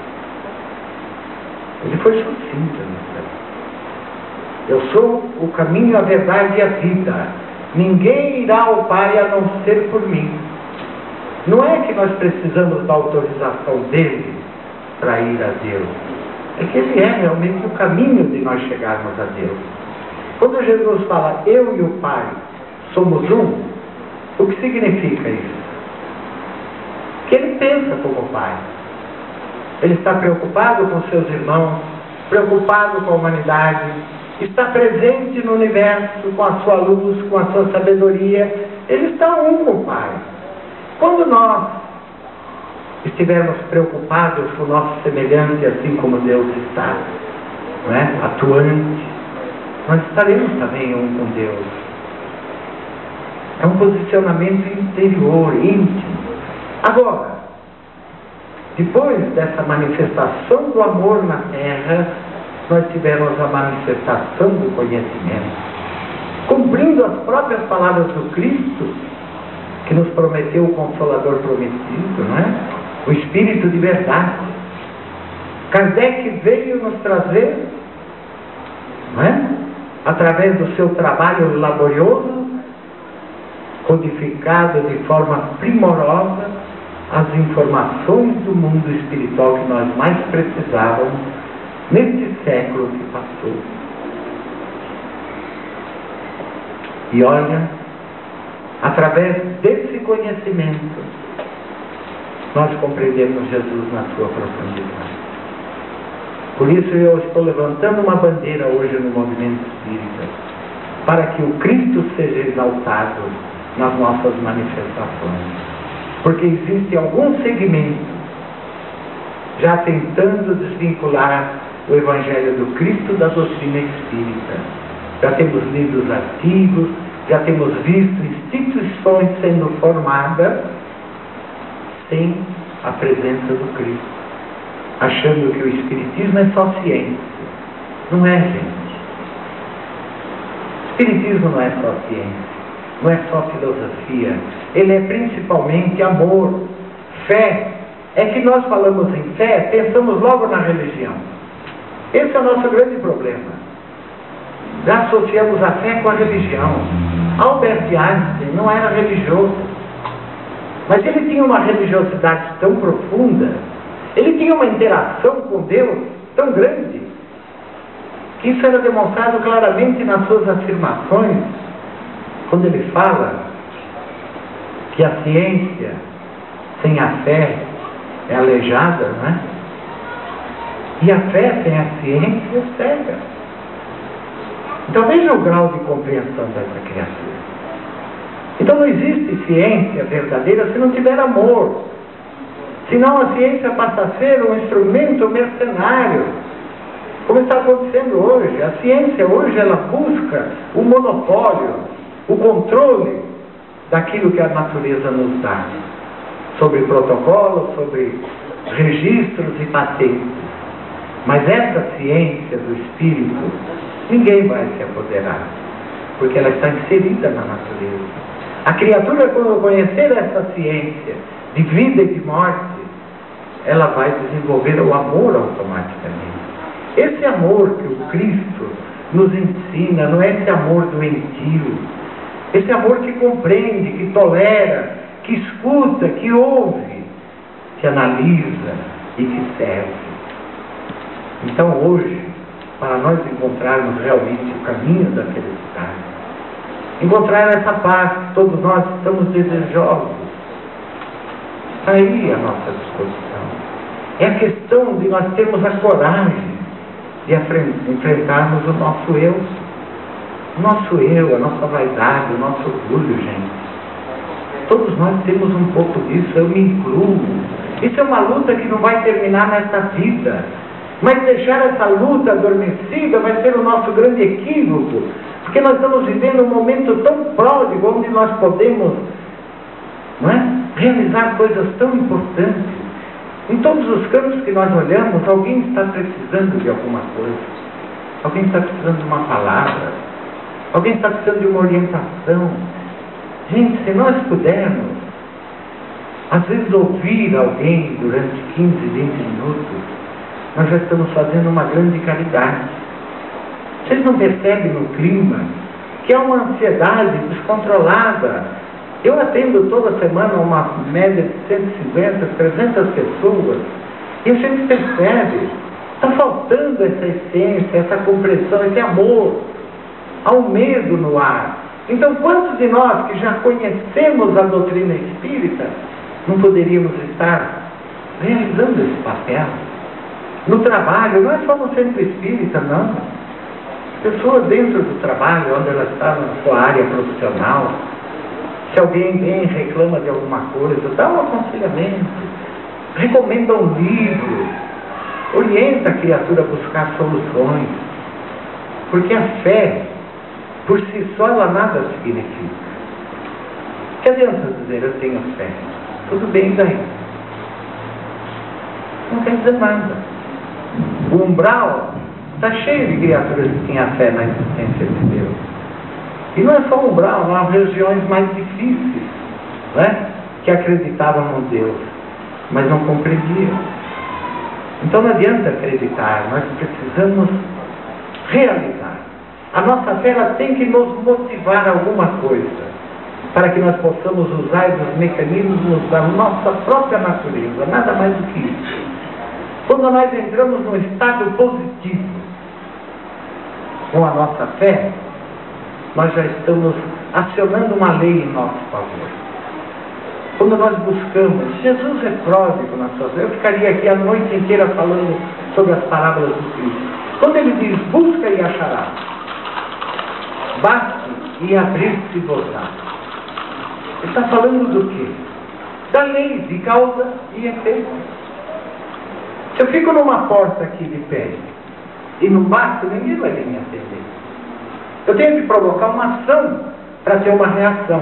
Ele foi sucinto nisso aí. Eu sou o caminho, a verdade e a vida. Ninguém irá ao Pai a não ser por mim. Não é que nós precisamos da autorização dele para ir a Deus. É que ele é realmente o caminho de nós chegarmos a Deus. Quando Jesus fala, eu e o Pai somos um, o que significa isso? Que ele pensa como Pai. Ele está preocupado com seus irmãos, preocupado com a humanidade, está presente no universo com a sua luz, com a sua sabedoria. Ele está um com o Pai. Quando nós estivermos preocupados com o nosso semelhante, assim como Deus está, não é? Atuante, nós estaremos também um com Deus. É um posicionamento interior, íntimo. Agora, depois dessa manifestação do amor na terra, nós tivemos a manifestação do conhecimento, cumprindo as próprias palavras do Cristo, que nos prometeu o Consolador prometido, não é? O Espírito de verdade. Kardec veio nos trazer, não é? Através do seu trabalho laborioso, codificado de forma primorosa, as informações do mundo espiritual que nós mais precisávamos neste século que passou. E olha, através desse conhecimento, nós compreendemos Jesus na sua profundidade. Por isso eu estou levantando uma bandeira hoje no movimento espírita, para que o Cristo seja exaltado nas nossas manifestações. Porque existe algum segmento já tentando desvincular o Evangelho do Cristo da doutrina espírita. Já temos lido os artigos, já temos visto instituições sendo formadas sem a presença do Cristo, achando que o Espiritismo é só ciência. Não é, gente. O Espiritismo não é só ciência, não é só filosofia. Ele é principalmente amor, fé. É que nós falamos em fé, pensamos logo na religião. Esse é o nosso grande problema. Já associamos a fé com a religião. Albert Einstein não era religioso, mas ele tinha uma religiosidade tão profunda, ele tinha uma interação com Deus tão grande, que isso era demonstrado claramente nas suas afirmações, quando ele fala que a ciência sem a fé é aleijada, não é? E a fé sem a ciência é cega. Então veja o grau de compreensão dessa criatura. Então não existe ciência verdadeira se não tiver amor. Senão a ciência passa a ser um instrumento mercenário, como está acontecendo hoje. A ciência hoje ela busca o monopólio, o controle daquilo que a natureza nos dá, sobre protocolos, sobre registros e patentes. Mas essa ciência do Espírito, ninguém vai se apoderar, porque ela está inserida na natureza. A criatura, quando conhecer essa ciência de vida e de morte, ela vai desenvolver o amor automaticamente. Esse amor que o Cristo nos ensina, não é esse amor doentio, esse amor que compreende, que tolera, que escuta, que ouve, que analisa e que serve. Então hoje, para nós encontrarmos realmente o caminho da felicidade, encontrar essa paz que todos nós estamos desejosos, está aí a nossa disposição. É a questão de nós termos a coragem de enfrentarmos o nosso eu. O nosso eu, a nossa vaidade, o nosso orgulho, gente. Todos nós temos um pouco disso, eu me incluo. Isso é uma luta que não vai terminar nesta vida. Mas deixar essa luta adormecida vai ser o nosso grande equívoco, porque nós estamos vivendo um momento tão pródigo, onde nós podemos, não é, realizar coisas tão importantes. Em todos os campos que nós olhamos, alguém está precisando de alguma coisa, alguém está precisando de uma palavra, alguém está precisando de uma orientação. Gente, se nós pudermos, às vezes ouvir alguém durante 15, 20 minutos, nós já estamos fazendo uma grande caridade. Vocês não percebem no clima que é uma ansiedade descontrolada? Eu atendo toda semana uma média de 150, 300 pessoas, e a gente percebe, está faltando essa essência, essa compreensão, esse amor. Há um medo no ar. Então, quantos de nós que já conhecemos a doutrina espírita não poderíamos estar realizando esse papel? No trabalho, não é só no centro espírita, não. Pessoas dentro do trabalho, onde ela está na sua área profissional, se alguém vem e reclama de alguma coisa, dá um aconselhamento, recomenda um livro, orienta a criatura a buscar soluções, porque a fé, por si só, ela nada significa. Que adianta dizer eu tenho fé? Tudo bem daí. Não quer dizer nada. O umbral está cheio de criaturas que tinham fé na existência de Deus. E não é só o umbral, há regiões mais difíceis, né? Que acreditavam no Deus, mas não compreendiam. Então não adianta acreditar, nós precisamos realizar. A nossa fé ela tem que nos motivar a alguma coisa, para que nós possamos usar os mecanismos da nossa própria natureza, nada mais do que isso. Quando nós entramos num estado positivo com a nossa fé, nós já estamos acionando uma lei em nosso favor. Quando nós buscamos, Jesus é pródigo nas suas... Eu ficaria aqui a noite inteira falando sobre as parábolas do Cristo. Quando ele diz, busca e achará, bate e abrir-se-vos-á. Ele está falando do quê? Da lei de causa e efeito. Se eu fico numa porta aqui de pé e não bato, ninguém vai vir me atender. Eu tenho que provocar uma ação para ter uma reação.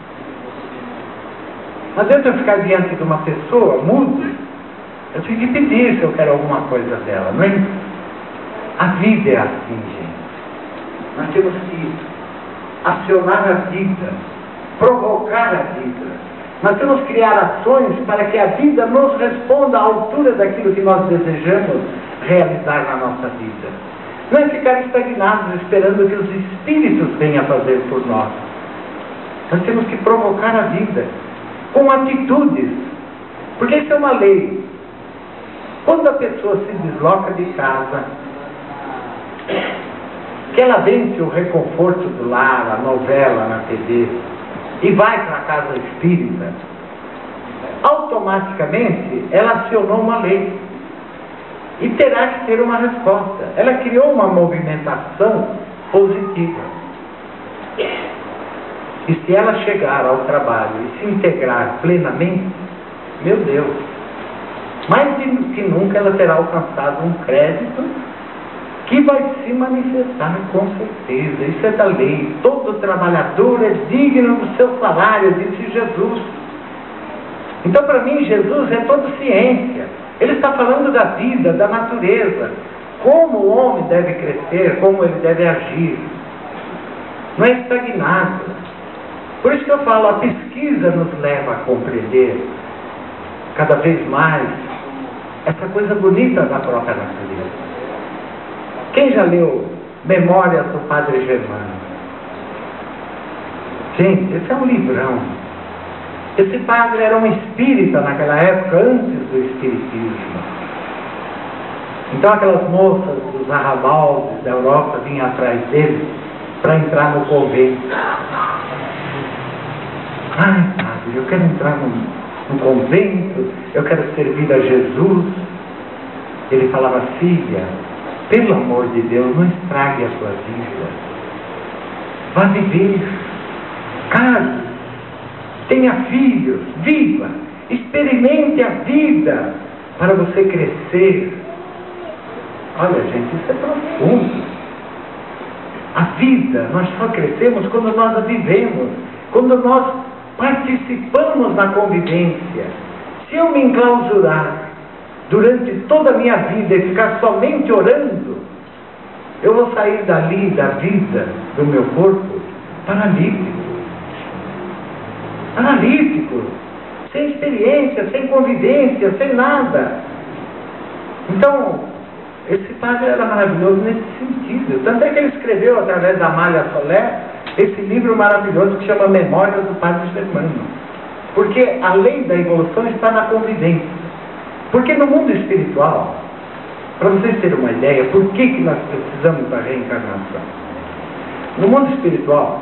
Não adianta eu ficar diante de uma pessoa mudo, eu tenho que pedir se eu quero alguma coisa dela. Não é? A vida é assim, gente. Nós temos que acionar a vida, provocar a vida. Nós temos que criar ações para que a vida nos responda à altura daquilo que nós desejamos realizar na nossa vida. Não é ficar estagnados esperando que os espíritos venham fazer por nós. Nós temos que provocar a vida com atitudes, porque isso é uma lei. Quando a pessoa se desloca de casa, que ela vence o reconforto do lar, a novela na TV, e vai para a casa espírita, automaticamente ela acionou uma lei e terá que ter uma resposta. Ela criou uma movimentação positiva. E se ela chegar ao trabalho e se integrar plenamente, meu Deus, mais do que nunca ela terá alcançado um crédito que vai se manifestar com certeza. Isso é da lei. Todo trabalhador é digno do seu salário, disse Jesus. Então, para mim, Jesus é toda ciência. Ele está falando da vida, da natureza, como o homem deve crescer, como ele deve agir. Não é estagnado. Por isso que eu falo, a pesquisa nos leva a compreender cada vez mais essa coisa bonita da própria natureza. Quem já leu Memórias do Padre Germano? Gente, esse é um livrão. Esse padre era um espírita naquela época, antes do espiritismo. Então aquelas moças dos arrabaldes da Europa vinham atrás dele para entrar no convento. Ai, padre, eu quero entrar no convento, eu quero servir a Jesus. Ele falava, filha, pelo amor de Deus, não estrague a sua vida. Vá viver, case, tenha filhos, viva, experimente a vida para você crescer. Olha, gente, isso é profundo. A vida, nós só crescemos quando nós a vivemos, quando nós participamos da convivência. Se eu me enclausurar durante toda a minha vida e ficar somente orando, eu vou sair dali, da vida, do meu corpo, paralítico. Paralítico, sem experiência, sem convivência, sem nada. Então, esse padre era maravilhoso nesse sentido. Tanto é que ele escreveu, através da Amália Soler, esse livro maravilhoso que chama Memórias do Padre Germano. Porque a lei da evolução está na convivência. Porque no mundo espiritual, para vocês terem uma ideia, por que nós precisamos da reencarnação? No mundo espiritual,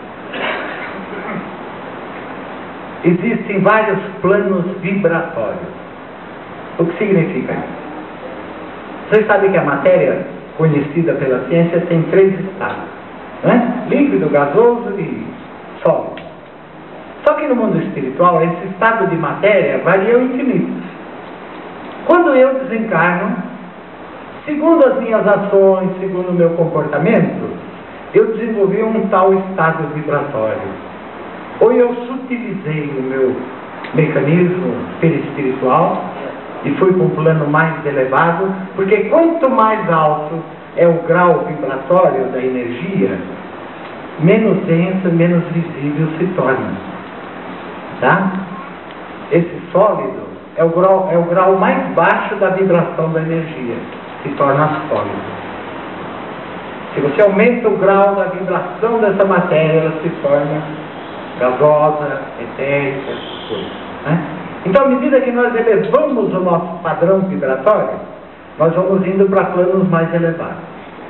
existem vários planos vibratórios. O que significa isso? Vocês sabem que a matéria conhecida pela ciência tem 3 estados, né? Líquido, gasoso e sólido. Só que no mundo espiritual, esse estado de matéria varia ao infinito. Quando eu desencarno, segundo as minhas ações, segundo o meu comportamento, eu desenvolvi um tal estado vibratório. Ou eu sutilizei o meu mecanismo perispiritual e fui para um plano mais elevado, porque quanto mais alto é o grau vibratório da energia, menos densa, menos visível se torna. Tá? Esse sólido é o grau mais baixo da vibração da energia, se torna sólido. Se você aumenta o grau da vibração dessa matéria, ela se torna gasosa, etérica, coisa, né? Então, à medida que nós elevamos o nosso padrão vibratório, nós vamos indo para planos mais elevados.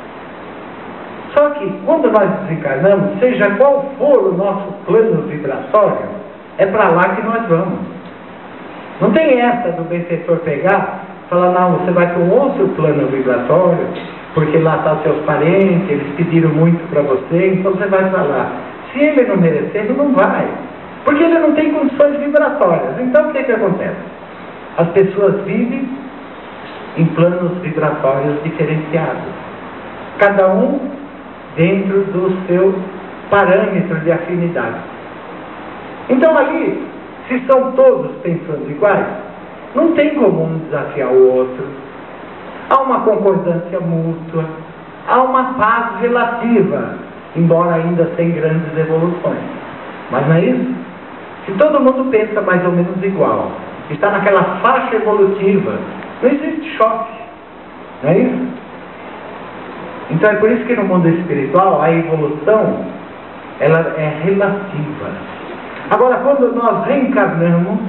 Só que, quando nós desencarnamos, seja qual for o nosso plano vibratório, é para lá que nós vamos. Não tem essa do benfeitor pegar e falar, não, você vai para um outro plano vibratório, porque lá estão seus parentes, eles pediram muito para você, então você vai para lá. Se ele não merecer, ele não vai. Porque ele não tem condições vibratórias. Então o que acontece? As pessoas vivem em planos vibratórios diferenciados. Cada um dentro do seu parâmetro de afinidade. Então ali, se são todos pensando iguais, não tem como um desafiar o outro. Há uma concordância mútua, há uma paz relativa, embora ainda sem grandes evoluções. Mas não é isso? Se todo mundo pensa mais ou menos igual, está naquela faixa evolutiva, não existe choque. Não é isso? Então é por isso que no mundo espiritual a evolução ela é relativa. Agora, quando nós reencarnamos,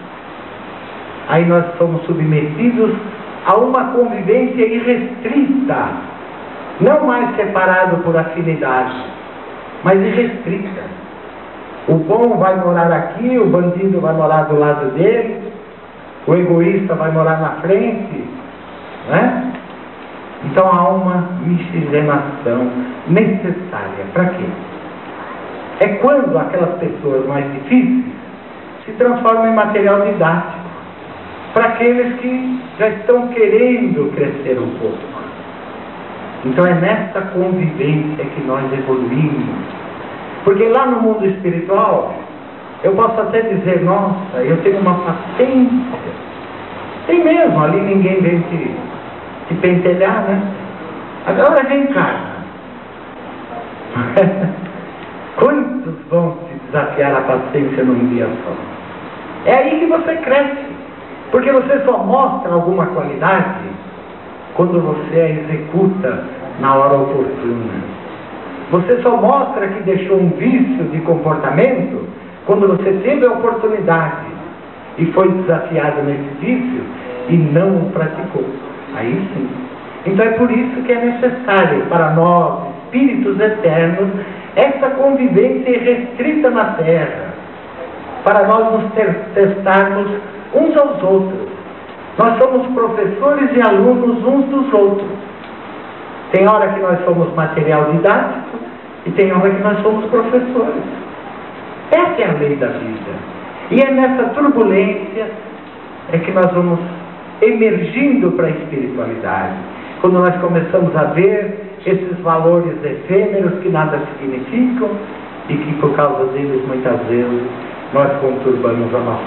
aí nós somos submetidos a uma convivência irrestrita, não mais separado por afinidade, mas irrestrita. O bom vai morar aqui, o bandido vai morar do lado dele, o egoísta vai morar na frente, né? Então há uma miscigenação necessária. Para quê? É quando aquelas pessoas mais difíceis se transformam em material didático para aqueles que já estão querendo crescer um pouco. Então é nessa convivência que nós evoluímos. Porque lá no mundo espiritual, eu posso até dizer, nossa, eu tenho uma paciência. Tem mesmo, ali ninguém vem te pentelhar, né? Agora reencarna. Quantos vão te desafiar a paciência num dia só? É aí que você cresce. Porque você só mostra alguma qualidade quando você a executa na hora oportuna. Você só mostra que deixou um vício de comportamento quando você teve a oportunidade e foi desafiado nesse vício e não o praticou. Aí sim. Então é por isso que é necessário para nós, espíritos eternos, essa convivência irrestrita na Terra, para nós nos testarmos uns aos outros. Nós somos professores e alunos uns dos outros. Tem hora que nós somos material didático e tem hora que nós somos professores. Essa é a lei da vida. E é nessa turbulência é que nós vamos emergindo para a espiritualidade. Quando nós começamos a ver esses valores efêmeros que nada significam e que por causa deles muitas vezes nós conturbamos a nossa